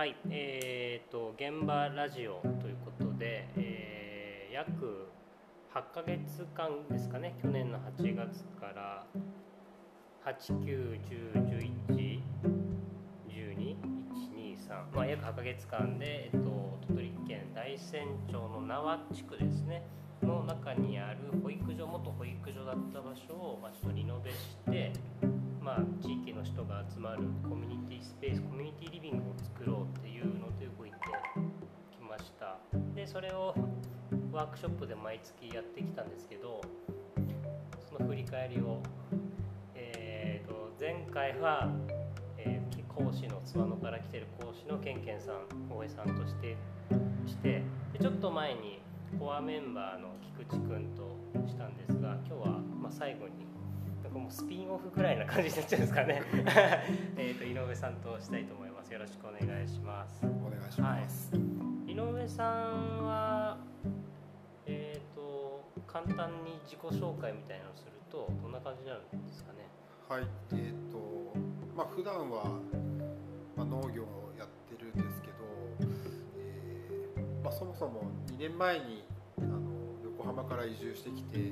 はい、現場ラジオということで、約8ヶ月間ですかね、去年の8月から8、9、10、11、12、1、2、3、約8ヶ月間で、鳥取県大山町の縄地区ですねの中にある保育所、元保育所だった場所を、ちょっとリノベして、地域の人が集まるコミュニティスペース、コミュニティリビングを作ろうっていうので動いてきました。でそれをワークショップで毎月やってきたんですけど、その振り返りを、前回は、講師の津和野から来てる講師のケンケンさん、大江さんとしてでちょっと前にコアメンバーの菊池くんとしたんですが、今日は最後にもうスピンオフぐらいな感じになっちゃうんですかね井上さんとしたいと思います。よろしくお願いします。 お願いします。 井上さんは、簡単に自己紹介みたいなのをするとどんな感じになるんですかね。 はい、普段は、農業をやってるんですけど、そもそも2年前に横浜から移住してきて、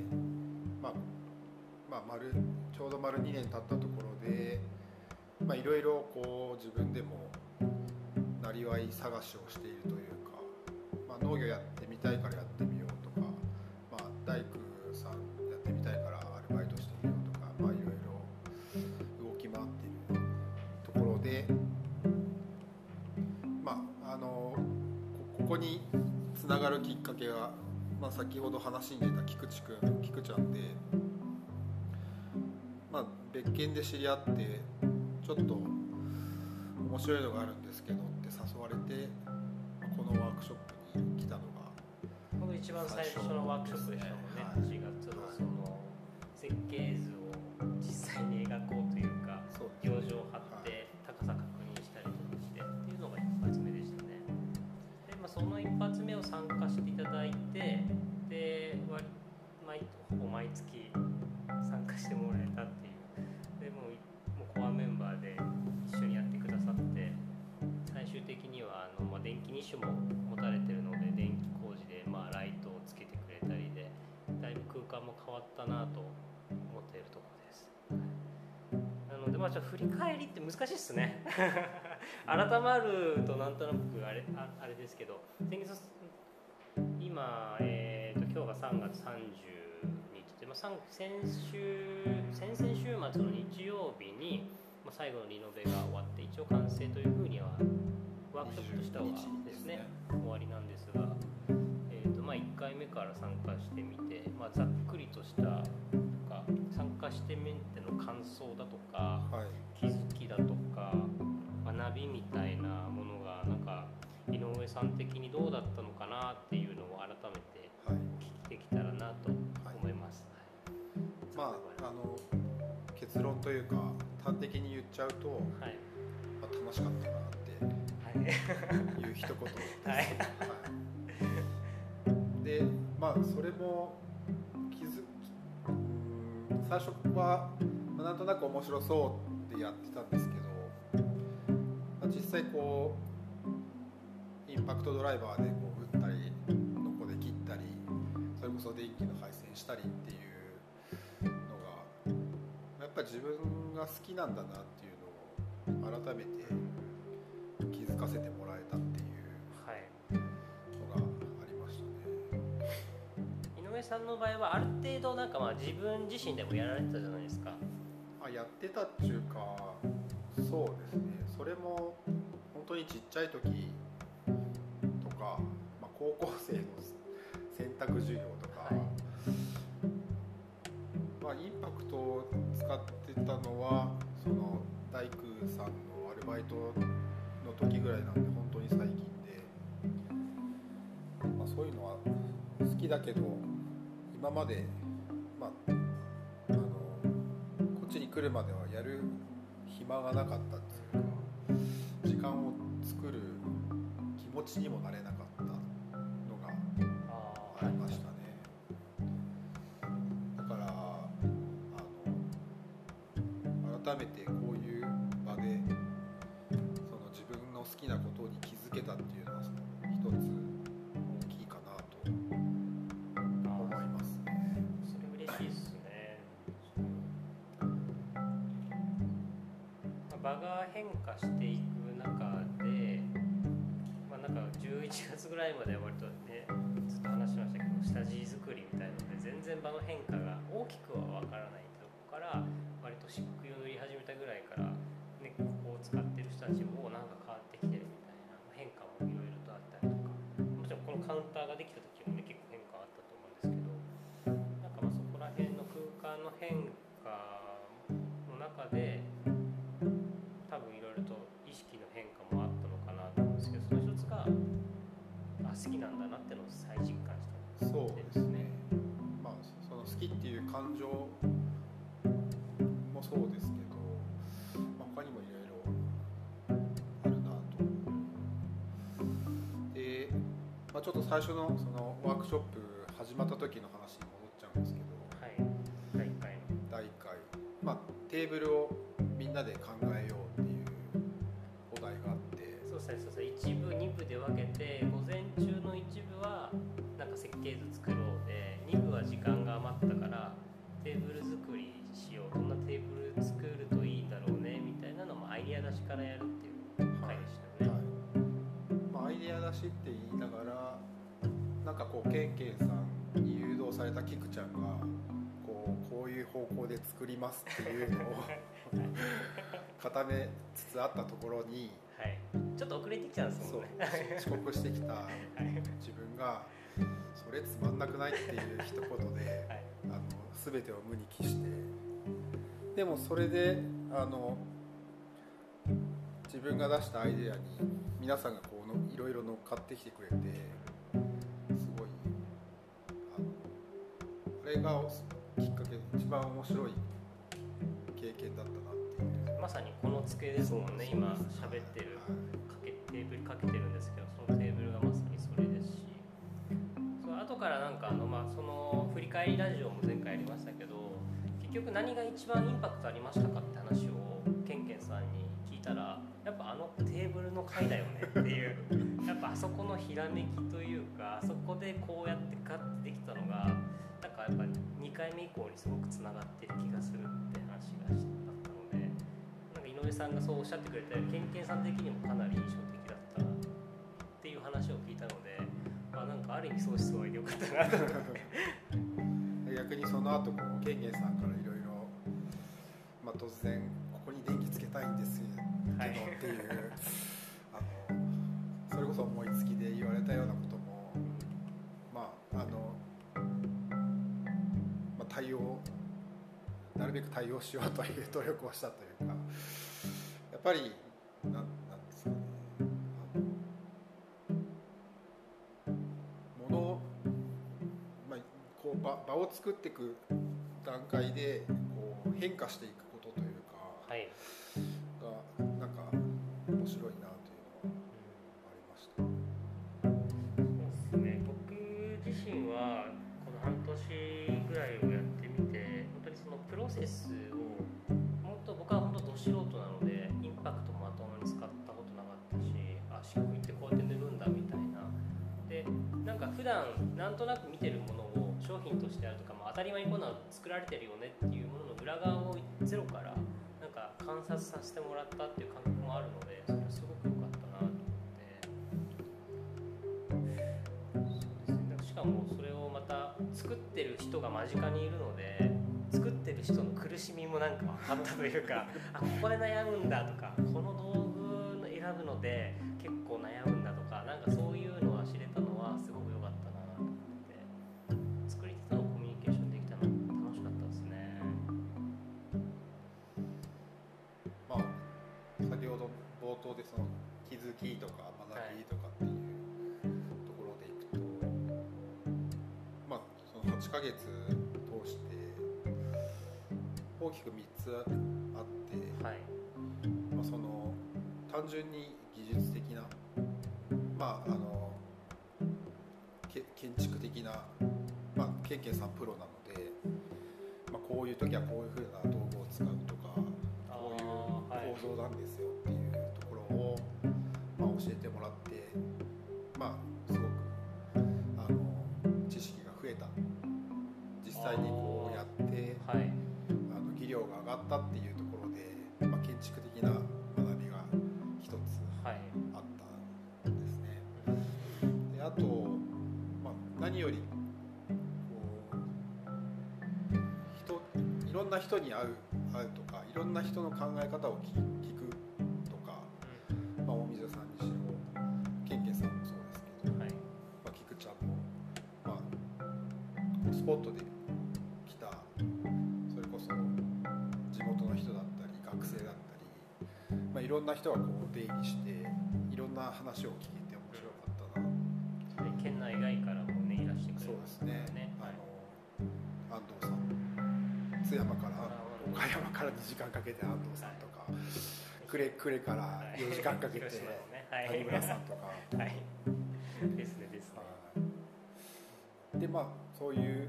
ちょうど丸2年経ったところで、いろいろこう自分でもなりわい探しをしているというか、農業やってみたいからやってみようとか、大工さんやってみたいからアルバイトしてみようとか、いろいろ動き回っているところで、ここにつながるきっかけが、先ほど話に出た菊池くん、菊ちゃんで、別件で知り合ってちょっと面白いのがあるんですけどって誘われて、このワークショップに来たのがこの一番最初のワークショップでしたもんね。 はい、 4月のその設計図を実際に描こうというか、行事を張って高さ確認したりとかしてっていうのが一発目でしたね。で、その一発目を参加していただいて、でほぼ毎月参加してもらえたっていう。でもうコアメンバーで一緒にやってくださって、最終的には電気2種も持たれてるので、電気工事でライトをつけてくれたりで、だいぶ空間も変わったなと思っているところです。なのでちょっと振り返りって難しいですね改まるとなんとなくあれですけど、今、今日が3月30日で、先々週末の日曜日に、最後のリノベが終わって一応完成というふうにはワークショップとしてはですね、終わりなんですが、1回目から参加してみて、ざっくりとした参加してみての感想だとか、気づきだとか学びみたいなものが井上さん的にどうだったのかなっていうのを改めて聞いてきたらなと思います。 結論というか端的に言っちゃうと、楽しかったなっていう一言です。で、それも最初はなんとなく面白そうってやってたんですけど、実際こうインパクトドライバーでこう打ったりノコで切ったり、それこそ電気の配線したりっていうのがやっぱり自分が好きなんだなっていうのを改めて気づかせてもらえたっていうのがありましたね。 井上さんの場合はある程度自分自身でもやられてたじゃないですか。 やってたっていうか、そうですね、それも本当にちっちゃい時とか、高校生の選択授業とか、インパクトを使ってたのはその大工さんのアルバイトの時ぐらいなんで、本当に最近で、そういうのは好きだけど、今まで、こっちに来るまではやる暇がなかったっていうか、時間を作る気持ちにもなれなかったのがありましたね。だから改めてこういう場でその自分の好きなことに気けたっていうのは一つ大きいかなと思いますね。 それ嬉しいですね。場が変化していく中で、なんか11月ぐらいまでは割とねずっと話しましたけど、下地作りみたいなので全然場の変化が大きくは分からないとこから割と漆喰を塗り始めたぐらいから、ね、ここを使ってる人たちもなんか変わってきてるみたいな変化もいろいろとあったりとか、もちろんこのカウンターができた時もね結構変化あったと思うんですけど、なんかそこら辺の空間の変化の中で多分いろいろと意識の変化もあったのかなと思うんですけど、その一つが好きなんだなっていうのを再実感した。 そうですね。その好きっていう感情もそうですけど、他にもいろいろあるなと。で、ちょっと最初のそのワークショップ始まった時の話に戻っちゃうんですけど、 はい、第1回テーブルをみんなで考えようっていうお題があって、 そうですね、1部2部で分けて、午前中の1部はなんか設計図作ろうで、2部は時間が余ったからテーブル作りしよう、どんなテーブル作るといいんだろうねみたいなのもアイデア出しからやるっていう回でしたよね。 アイデア出しって言いながら、なんかケンケンさんに誘導されたキクちゃんがこういう方向で作りますっていうのを固めつつあったところに、 はい、ちょっと遅れてきたんですもんね。 遅刻してきた自分がそれつまんなくないっていう一言で、はい、全てを無に帰して、でもそれで自分が出したアイデアに皆さんがいろいろ乗っかってきてくれて、すごいあれがきっかけで一番面白い経験だったなっていう。 まさにこの机ですもんね。今喋ってる、テーブルかけてるんですけど、そのテーブルがまさにそれですし、後からなんかその振り返りラジオも前回やりましたけど、結局何が一番インパクトありましたかって話をケンケンさんに聞いたら、やっぱテーブルの回だよねっていうやっぱあそこのひらめきというか、あそこでこうやってガッてできたのがなんかやっぱ2回目以降にすごくつながってる気がするって話がしたので、なんか井上さんがそうおっしゃってくれたようにケンケンさん的にもかなり印象的だったっていう話を聞いたので、なんかある意味相思相愛でよかったなと思って逆にその後ケンケンさんからいろいろ突然ここに電気つけたいんですけどっていう、それこそ思いつきで言われたようなこともなるべく対応しようという努力をしたというか、やっぱりなんですかね、場を作っていく段階で変化していくことというか、 はい、 がなんか面白いなというのはありました。 そうですね、僕自身はこの半年ぐらいをやってみて、本当にそのプロセスを僕は本当ど素人なのでインパクトも頭に使ったことなかったし、漆喰ってこうやって塗るんだみたいなで、なんか普段なんとなく見てるものを商品としてあるとか、当たり前にこんなの作られてるよねっていうものの裏側をゼロからなんか観察させてもらったっていう感覚もあるので、それはすごく良かったなと思って、そうですね、しかもそれをまた作ってる人が間近にいるので、作ってる人の苦しみもなんか分かったというかここで悩むんだとか、この道具選ぶので結構悩むんだとか、なんかそういうのは知れたのはすごく良かったなと思って、作り手とのコミュニケーションできたの楽しかったですね。 先ほど冒頭でその気づきとか学びとかっていうところでいくと、その8ヶ月通して大きく3つあって、 はい、 その単純に技術的な、建築的な、ケンケンさんプロなので、こういう時はこういう風な道具を使うとか、こういう構造なんですよっていうところを、教教えてもらって、まあすごく知識が増えた、実際にこうやって、はい、技量が上がったっていうところで、まあ、建築的な学びが一つあったんですね。であと、まあ、何よりいろんな人に会うとか、いろんな人の考え方を聞くとか、まあ、大水さんにしろケンケンさんもそうですけど、はい、まあ、菊ちゃんも、まあ、スポットで来たそれこそ地元の人だったり学生だったり、まあ、いろんな人がこう出入りしていろんな話を聞いて面白かったな。 県内外からもねいらしてくれますね。 そうですね。安藤さん、津山から岡山から2時間かけて安藤さんとか、呉から4時間かけて谷村さんとか、 はいですねですね。 でまあそういう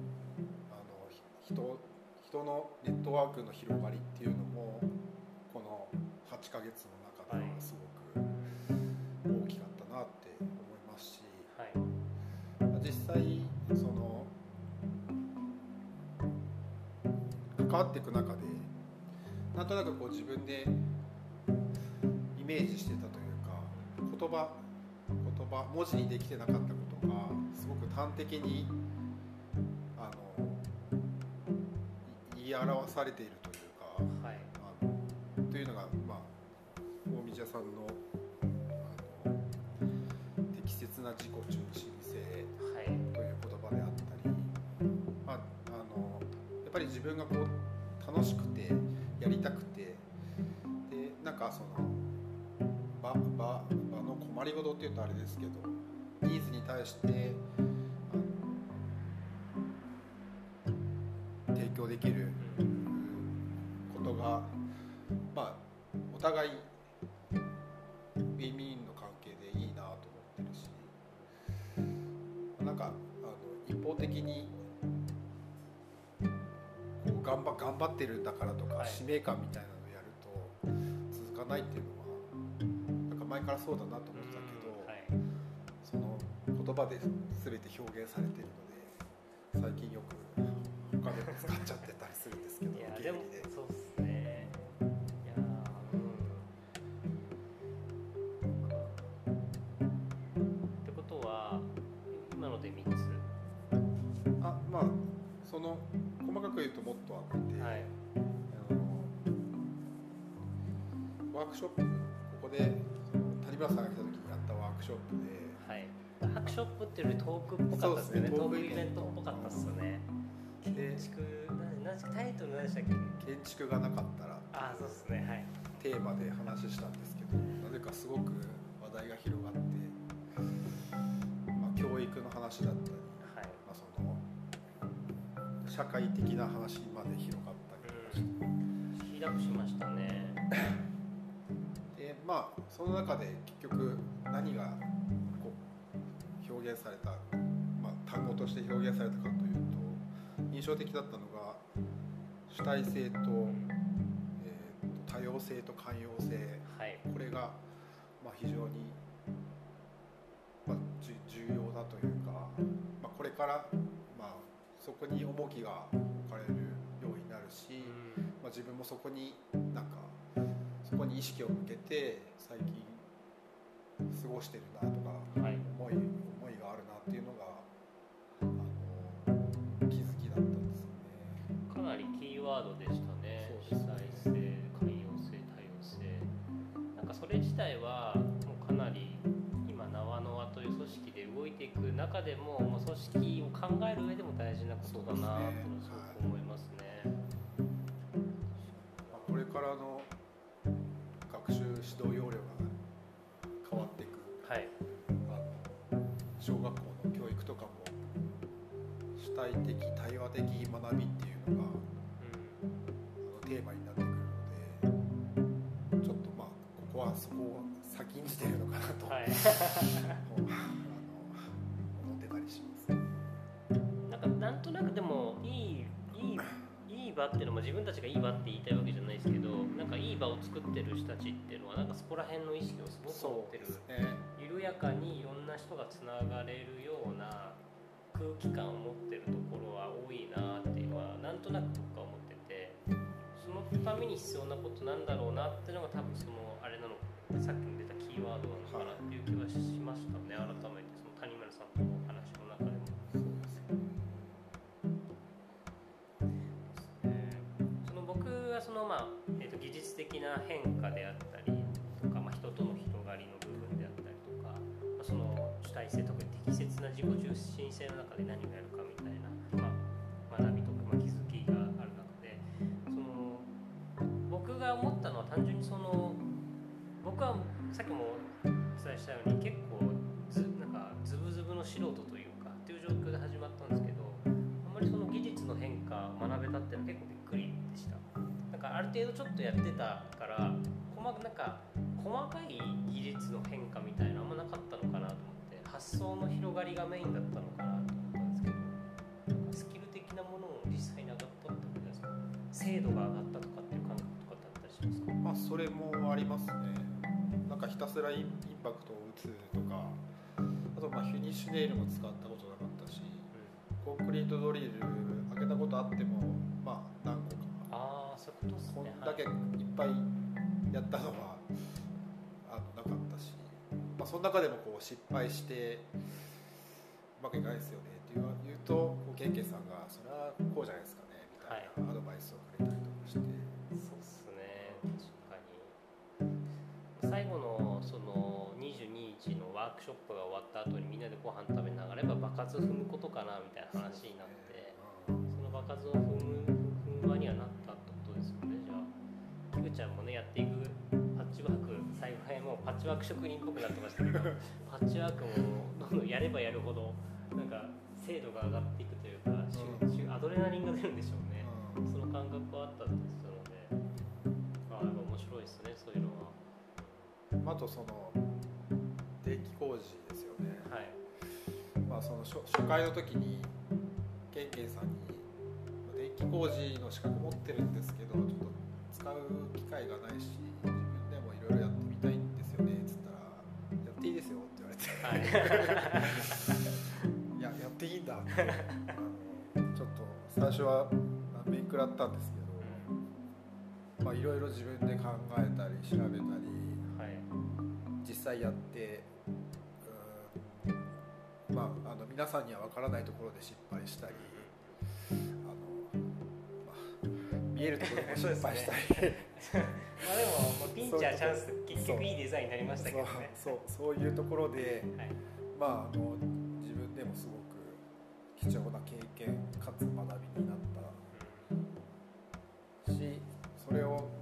人のネットワークの広がりっていうのもこの8ヶ月の中ではすごく大きかったなって思いますし、はい、実際その関わっていく中でなんとなくこう自分でイメージしてたというか、言葉文字にできてなかったことがすごく端的に言い表されているというか、はい、というのが、まあ、大宮さんの適切な自己中心性という言葉であったり、まあ、やっぱり自分がこう楽しくてやりたくて、でなんかその場の困りごとっていうとあれですけど、ニーズに対して提供できることが、まあ、お互いウィンウィンの関係でいいなと思ってるし、なんか一方的にこう頑張ってるんだからとか、はい、使命感みたいなのをやると続かないっていうのはなんか前からそうだなと思ってたけど、はい、その言葉で全て表現されているので最近よく他でも使っちゃってたりするんですけど、 いやでもそうっすね。いやってことは今ので3つ。 まあその細かく言うともっとあって、はい、ワークショップ、ここで谷村さんが来た時にやったワークショップで、 はい、ワークショップっていうよりトークっぽかったですよね。トークイベントっぽかったですよね。建築タイトル何でしたっけ？ 建築がなかったら、 そうですね、はい、 テーマで話したんですけど、なぜかすごく話題が広がって、まあ、教育の話だったり、はい、まあ、その社会的な話まで広がったりヒートアップしましたね。 でまあその中で結局何がこう表現された、まあ、単語として表現されたかというと、印象的だったのが主体性と、多様性と寛容性、はい、これが、まあ、非常に、まあ、重要だというか、まあ、これから、まあ、そこに重きが置かれるようになるし、まあ、自分もそこに意識を向けて最近過ごしてるなとか、はい、思いがあるなっていうのが気づきだったんですよね。 かなりキーワードでしたね。主体性、寛容性、多様性。なんかそれ自体はもうかなり今縄の輪という組織で動いていく中でも、もう組織を考える上でも大事なことだなとすごく思いますね。 はい、これからの学習指導要領が変わっていく、はい、小学校の教育とかも主体的対話的学びっていうのが、テーマになってくるので、ちょっとまあここはそこを先んじてるのかなと、はい、思ってたりします。 なんとなくでもいいい場っていうのも自分たちがいい場って言いたいわけじゃないですけど、なんかいい場を作ってる人たちっていうのはなんかそこら辺の意識をすごく持ってる、緩やかにいろんな人がつながれるような空気感を持ってるところは多いなっていうのはなんとなく僕は思ってて、そのために必要なことなんだろうなっていうのが多分そのあれなの、さっきも出たキーワードなのかなっていう気はしましたね。改めてその谷村さんとのお話の中でも。その僕はその技術的な変化であったりとか、人との広がりの部分であったりとか、その主体性とか適切な自己中心性の中で何をやるかみたいな、学びとか、気づきがある中で、その僕が思ったのは単純にその僕はさっきもお伝えしたように結構なんかズブズブの素人というかっていう状況で始まったんですけど、あんまりその技術の変化を学べたっていうのは結構びっくりでした。なんかある程度ちょっとやってたからなんか細かい技術の変化みたいなのあんまなかったのかなと思って、発想の広がりがメインだったのかなと思ったんですけど、スキル的なものも実際に上がったってことですか？精度が上がったとかっていう感覚とかってあったりしますか？ それもありますね。なんかひたすらインパクトを打つとか、あとフィニッシュネイルも使ったことなかったし、コンクリートドリル開けたことあっても何個か、 そういうことですね。 こんだけいっぱいやったのはなかったし、その中でも失敗してうまくいかないですよねって言うと、ケンケンさんがそれはこうじゃないですかねみたいなアドバイスをくれたりとかして、 そうですね、確かに。最後のその22日のワークショップが終わった後にみんなでご飯食べながら場数踏むことかなみたいな話になって、その場数を踏む輪にはなったってことですよね。じゃあキクちゃんもね、やっていくパッチワーク、幸いもうパッチワーク職人っぽくなってましたけどパッチワークもどんどんやればやるほどなんか精度が上がっていくというか、アドレナリンが出るんでしょうね。その感覚はあったって言ってたので、面白いですね、そういうのは。 あとその電気工事ですよね。 はい。 その初回の時にケンケンさんに電気工事の資格持ってるんですけど、ちょっと使う機会がないし自分でもいろいろやってみたいんですよねっつったら、やっていいですよって言われて、はい、やっていいんだってちょっと最初は面食らったんですけど、いろいろ自分で考えたり調べたり、はい、実際やって皆さんには分からないところで失敗したり、見えるところでも失敗したりでもピンチはチャンス、結局いいデザインになりましたけどね。 そういうところで、はい、自分でもすごく貴重な経験かつ学びになったし、それを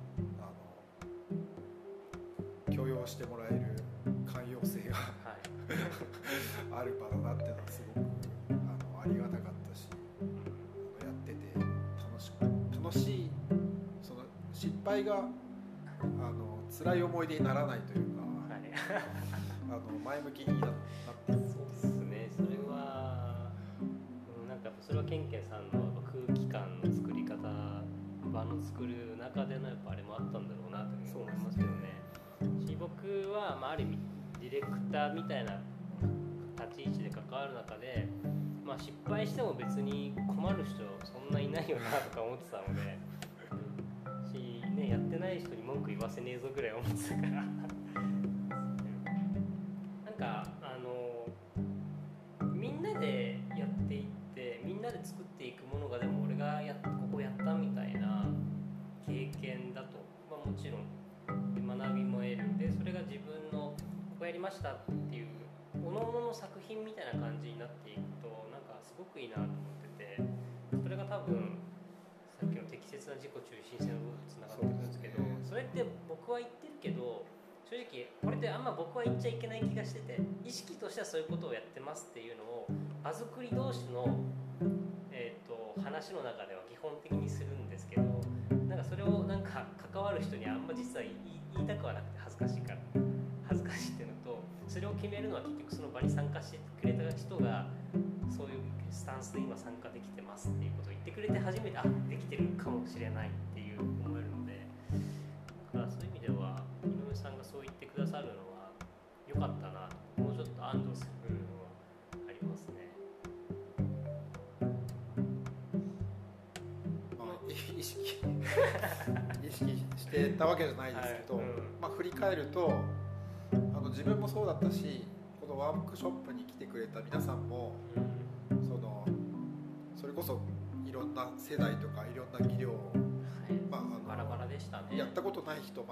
許容してもらえる寛容性がある場だなっていうのはすごくありがたかったし、やってて楽しい、その失敗が辛い思い出にならないというか、はい、前向きになってる。 そうですね、それはなんかそれはケンケンさんの空気感の作り方、場の作る中でのやっぱあれもあったんだろうなというふうに思いますけどね。僕はある意味ディレクターみたいな立ち位置で関わる中で、失敗しても別に困る人そんないないよなとか思ってたのでやってない人に文句言わせねえぞぐらい思ってたからなんかみんなでやっていってみんなで作っていくものが、でも俺がここやったみたいな経験だと、もちろん学びも得る。でそれが自分のここやりましたっていう各々の作品みたいな感じになっていくと、なんかすごくいいなと思ってて、それが多分さっきの適切な自己中心性の部分につながってくるんですけど、それって僕は言ってるけど正直これってあんま僕は言っちゃいけない気がしてて、意識としてはそういうことをやってますっていうのを場作り同士の、話の中では基本的にするんですけど、なんかそれをなんか関わる人にあんま実は言いたくはなくて恥ずかしいから、恥ずかしいっていうのと、それを決めるのは結局その場に参加してくれた人がそういうスタンスで今参加できてますっていうことを言ってくれて初めてできてるかもしれないっていう思えるので、だからそういう意味では井上さんがそう言ってくださるのは良かったなと、もうちょっと安堵するのはありますね。 意識してたわけじゃないですけど、はい、振り返ると自分もそうだったし、このワークショップに来てくれた皆さんも、それこそいろんな世代とかいろんな技量を、 バラバラでしたね。 やったことない人から、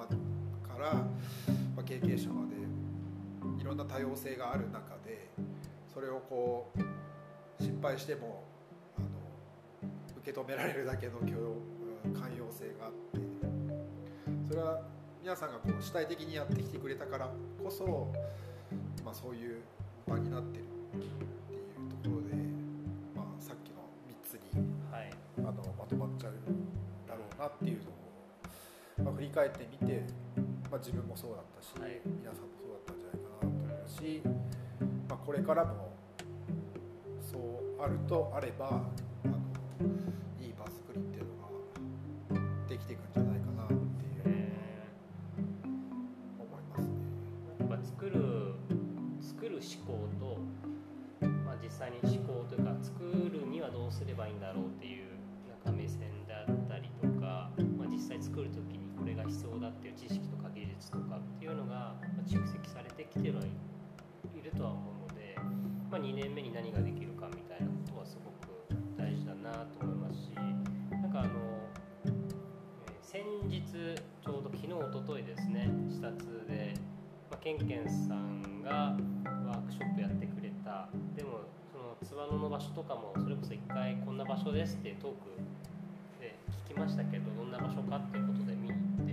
経験者までいろんな多様性がある中で、それをこう失敗しても受け止められるだけの寛容性があって、それは皆さんがこう主体的にやってきてくれたからこそ、そういう場になってるっていうところで、さっきの3つに、まとまっちゃうだろうなっていうのを、振り返ってみて、自分もそうだったし、皆さんもそうだったんじゃないかなと思うし、これからもそうあるとあればいい場作りっていうのができていくんじゃないかなっていう思いますね。 やっぱ作る思考と、実際に思考というか作るにはどうすればいいんだろうっていう目線であったりとか、実際作る時にこれが必要だっていう知識とか技術とかっていうのが蓄積されてきてはいるとは思うので、2年目に何ができるかみたいなことはすごく大事だなと思いますし、先日ちょうど昨日一昨日ですね、視察で、ケンケンさんがワークショップやってくれた、でもその津和野の場所とかもそれこそ一回こんな場所ですってトークで聞きましたけど、どんな場所かっていうことで見に行って、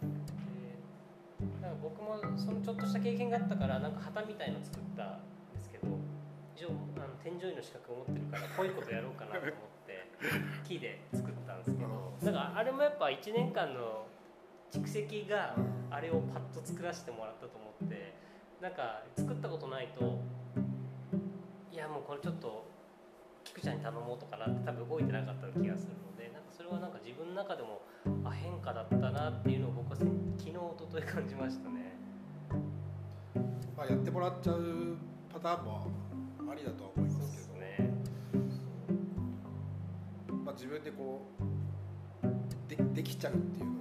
僕もそのちょっとした経験があったから旗みたいの作ったんですけど、一応添乗員の資格を持ってるからこういうことやろうかなと思って木で作ったんですけど、あれもやっぱ1年間の蓄積があれをパッと作らせてもらったと思って、作ったことないと、いやもうこれちょっと菊ちゃんに頼もうとかなって多分動いてなかった気がするので、それは自分の中でも変化だったなっていうのを僕は昨日一昨日感じましたね。 やってもらっちゃうパターンもありだとは思いますけど、 ね、 自分でこう できちゃうっていうの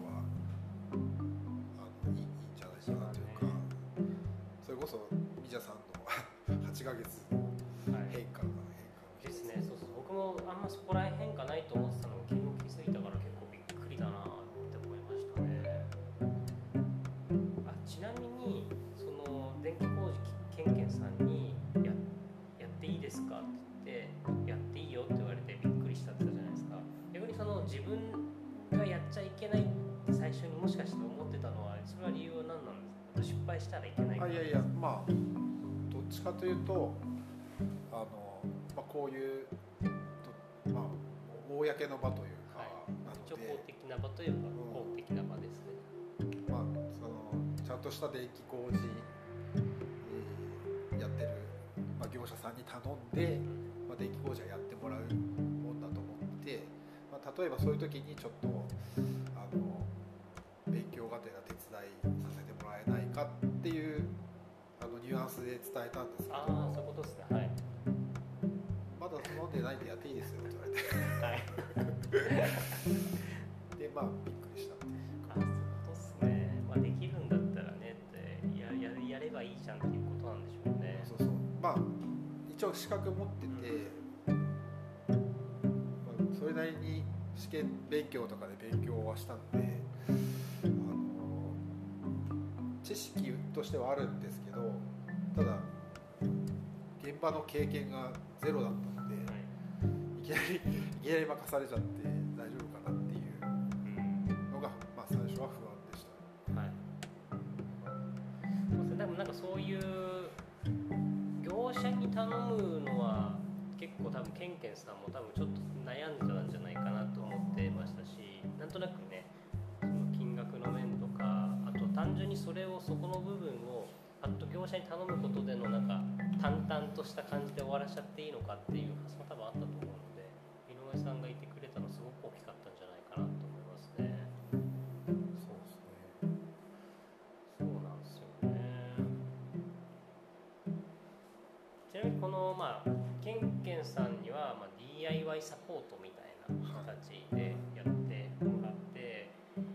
はいいんじゃないかなというか、それこそミジャさんの8ヶ月の変化ですね。そう僕もあんまそこら辺変化ないと思ってたのを昨日気づいたから結構びっくりだなって思いましたね。ちなみにその電気工事ケンケンさんにやっていいですかって言って、やっていいよって言われてびっくりしたって言ったじゃないですか。逆にその自分がやっちゃいけないって最初にもしかして思ってたのは、それは理由は何なんですか？失敗したらいけないから。 いやどっちかというとこういう、公の場というか、 一応公的な場というか、公的な場ですね。 ちゃんとした電気工事、やってる、業者さんに頼んで、電気工事はやってもらうもんだと思って、例えばそういう時にちょっと勉強がてら手伝いさせてもらえないかっていうニュアンスで伝えたんですけど、 そういうことですね。はい。 まだ飲んでないんでやっていいですよって言われて、はい、でびっくりしたっていうか、 そういうことですね。できるんだったらねってやればいいじゃんっていうことなんでしょうね。 そう一応資格持ってて、それなりに試験勉強とかで勉強はしたので、知識としてはあるんですけど、ただ現場の経験がゼロだったので、いきなり任されちゃって大丈夫かなっていうのが、最初は不安でした。 はい。でもそういう業者に頼むのは結構多分ケンケンさんも多分ちょっと悩んでたんじゃないかなと思ってましたし、なんとなくね、その金額の面とか、あと単純にそこの部分をパッと業者に頼むことでの淡々とした感じで終わらしちゃっていいのかっていう発想も多分あったと思うので、井上さんがいてくれたのすごく大きかったんじゃないかなと思いますね。 そうですね。 そうなんですよね。ちなみにこのケンケンさんにはDIY サポートみたいな形でやってもらって、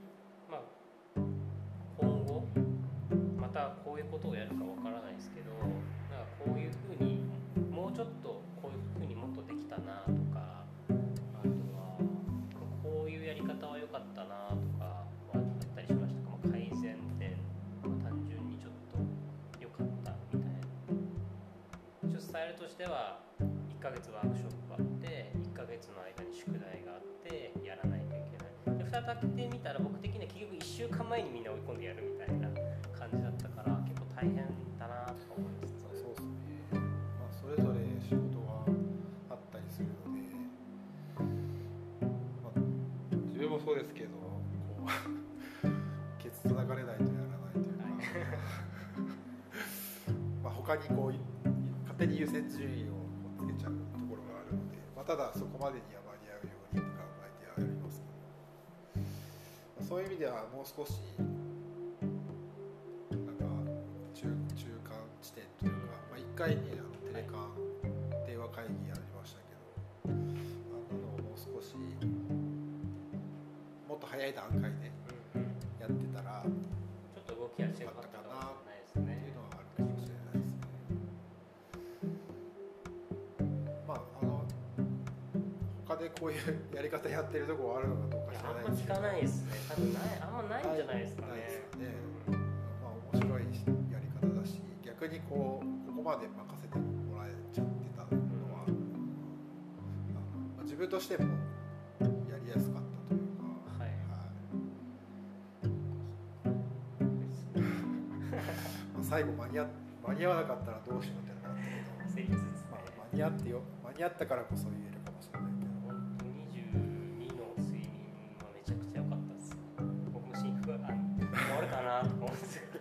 今後またこういうことをやるかわからないですけど、なんかこういうふうにもうちょっとこういうふうにもっとできたなとか、あとはこういうやり方は良かったなとかはあったりしましたか？改善点、単純にちょっと良かったみたいな。スタイルとしては1ヶ月ワークショップあって1ヶ月の間に宿題があってやらないといけない。で蓋開けてみたら僕的には結局1週間前にみんな追い込んでやるみたいな感じだったから結構大変だなとか思いつつ、 そうですね。それぞれ仕事があったりするので、自分もそうですけど、こうケツと流れないとやらないというか、他にこう勝手に優先順位をつけちゃうところがあるので、ただそこまでには間に合うように考えてやりますけど、そういう意味ではもう少しなんか中間地点というか、一回ねテレカン電話会議やりましたけど、もう少しもっと早い段階でやってたらちょっと動きやすかったかなっていうのはあるかもしれないですね。他でこういうやり方やってるところあるのかどうか知らないですけど、 あんま聞かないですね。多分あんまないんじゃないですかね。 ないですかね。面白いやり方だし、逆にここまで任せてもらえちゃってたのは、自分としてもやりやすかったというか、最後間に合わなかったらどうしようってなったけど、間に合ったからこそ言えるかもしれないけど、 本当22の睡眠はめちゃくちゃ良かったです。僕も心拍が終わるかなと思うんですけど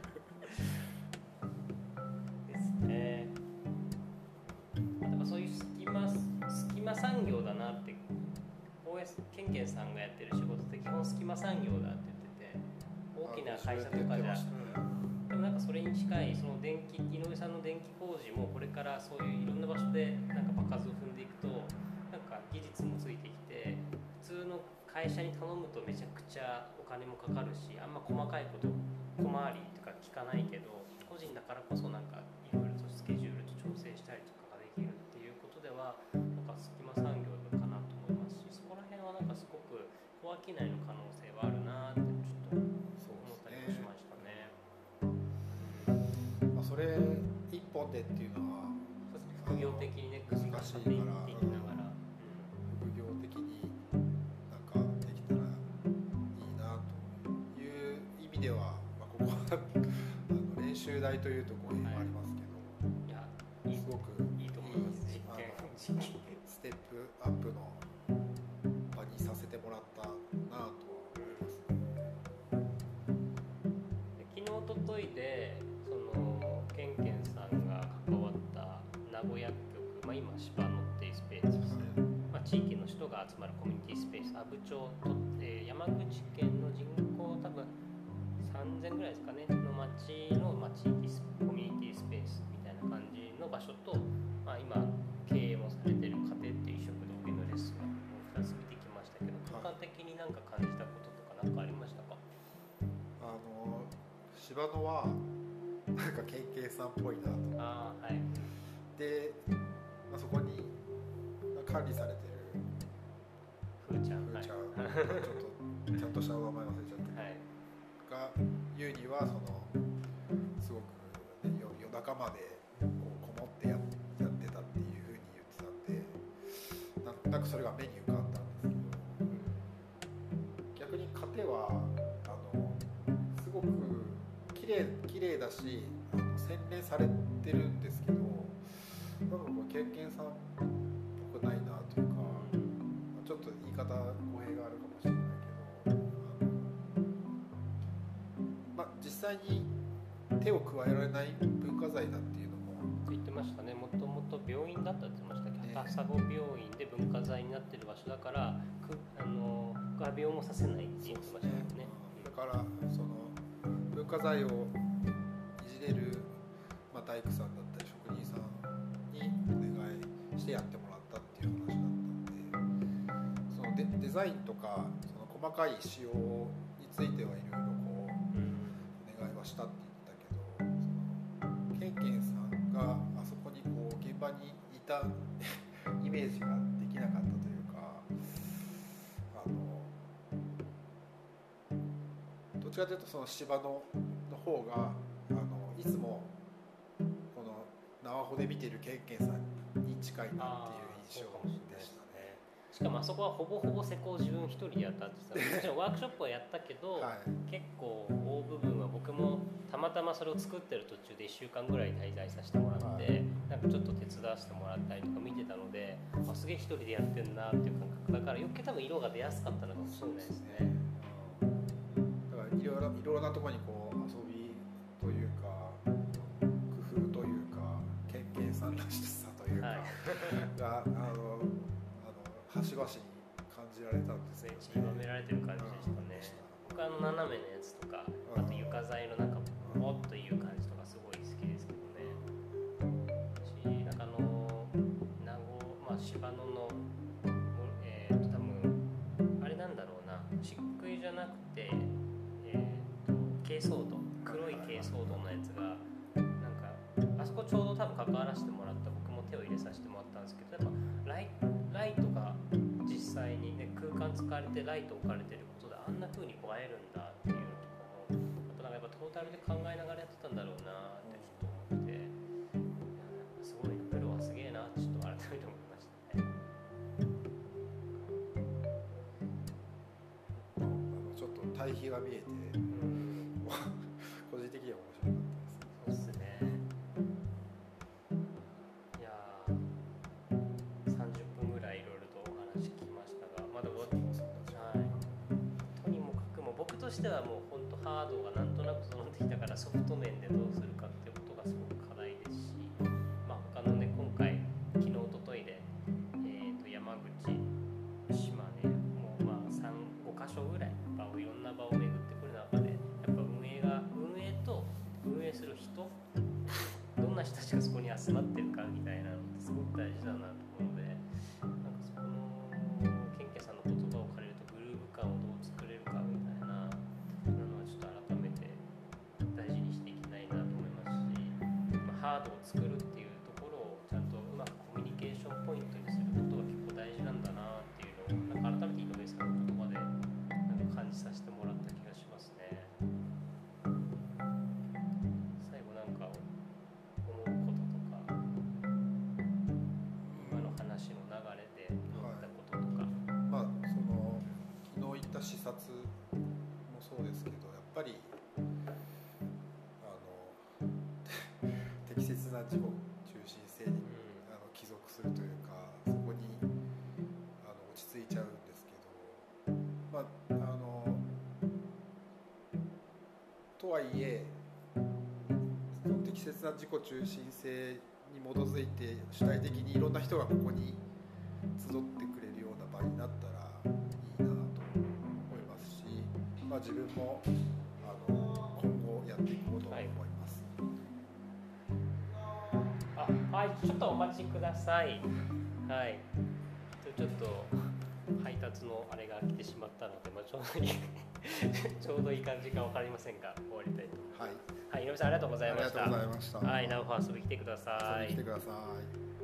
ですね。だからそういう隙間産業だなって OS ケンケンさんがやってる仕事って基本隙間産業だって言ってて、大きな会社とかじゃ、でもなんかそれに近いその井上さんの電気工事もこれからそういういろんな場所でなんか場数を踏んでいくとなんか技術もついてきて、普通の会社に頼むとめちゃくちゃお金もかかるし、あんま細かいこと小回りとか聞かないけど、個人だからこそなんかいろいろとスケジュールと調整したりとかができるっていうことではなんか隙間産業かなと思いますし、そこら辺はなんかすごく小商いの可能性はあるなってちょっと思ったりもしましたね。 それ一本でっていうのは副業的にね、難しいから副業的になんかできたらいいなという意味では、ここは練習台というところにもありますけど、すごくいいと思います。実験ステップアップの場にさせてもらったなとは思いますね。 昨日おとといでケンケンさんが関わった名古屋局、今芝のっていうスペースです、地域の人が集まるコミュニティスペース、阿武町と、山口県の人口多分3000ぐらいですかねの町の、地域コミュニティスペースみたいな感じの場所と、今経営もされてる家庭っていう食堂系のレッスンを2つ見てきましたけど、客観的に何か感じたこととか何かありましたか？ 芝野はなんかケンケンさんっぽいなと。で、そこに管理されてるふーちゃん、 ちょっとちゃんとしたお名前忘れちゃったが言うにはすごく、夜中までこもってやってたっていうふうに言ってたんで、なんかそれが目に浮かんだんですけど、逆に家庭はすごく綺麗だし洗練されてるんですけど、なんかケンケンさんっぽくないなというか、ちょっと言い方語弊があるかもしれないけど、実際に手を加えられない文化財だっていうのも言ってましたね。もともと病院だったって言ってましたけど、朝子病院で文化財になってる場所だから画鋲もさせないって言ってましたよね。 だからその文化財をいじれる、大工さんだったり職人さんにお願いしてやってもらったっていう話だったんで、そのデザインとかその細かい仕様についてはいろいろこうお願いはしたって言ってたけど、そのケンケンさんがあそこにこう現場にいたイメージができなかったというか、どっちかというとその芝の方がいつもこの縄穂で見てるケンケンさんに近いなっていう印象でしたね。 しかもあそこはほぼほぼ施工自分一人でやったって言ってた。もちろんワークショップはやったけど、はい、結構大部分は僕もたまたまそれを作ってる途中で1週間ぐらい滞在させてもらって、はい、なんかちょっと手伝わせてもらったりとか見てたので、すげえ一人でやってんなっていう感覚だから余計多分色が出やすかったのかもしれないですね。 だからいろいろなところにこう遊びというか工夫というかケンケンさんらしさというか、はい、が端々に感じられたんですね。 散りばめられてる感じでしたね。僕斜めのやつとか、あと床材のなんかポッという感じとかすごい好きですけどね。なんか芝野の多分あれなんだろうな、漆喰じゃなくて珪藻土、黒い珪藻土のやつがなんかあそこちょうど多分関わらせてもらった僕も手を入れさせてもらったんですけど、やっぱライトが実際にね空間使われてライト置かれてることであんな風に映えるんだっていうのとかもやっぱトータルで考えながらやってたんだろうなってちょっと思って、すごいプロはすげえなってちょっと改めて思いましたね。 ちょっと対比が見えて、個人的には面白かったです。 そうですね。いやー、30分ぐらいいろいろとお話聞きましたが、まだとにもかくも僕としてはもう本当ハードがなんとなく整ってきたからソフト面でどうするかっていうことがすごく課題ですし、他のね今回昨日おとといで、山口、島根もう5カ所ぐらいいろんな場を巡ってくる中でやっぱ運営と運営する人、どんな人たちがそこに集まってるかみたいなのってすごく大事だなと思うので、なんかそこのケンケンさんの言葉を借りるとグルーヴ感をどう作れるかみたいなのはちょっと改めて大事にしていきたいなと思いますし、ハードを作るっていうところをちゃんとうまくコミュニケーションポイントにすることが結構大事なんだなっていうのをなんか改めて井上さんの言葉でなんか感じさせてもらった気がしますね。最後なんか思うこととか今の話の流れで思ったこととか、 その昨日言った視察もそうですけど、やっぱり適切な自己中心性に帰属するというか、そこに落ち着いちゃうんですけど、とはいえその適切な自己中心性に基づいて主体的にいろんな人がここに集ってくれるような場になったらいいなと思いますし、自分も今後やっていこうと思います。 はい、ちょっとお待ちください。はい、ちょっと配達のあれが来てしまったので、ちょうどいい感じか分かりませんが終わりたいと思います。はい、井上さんありがとうございました。 ありがとうございました。 はい、ナウファー遊び来てください。 遊び来てください。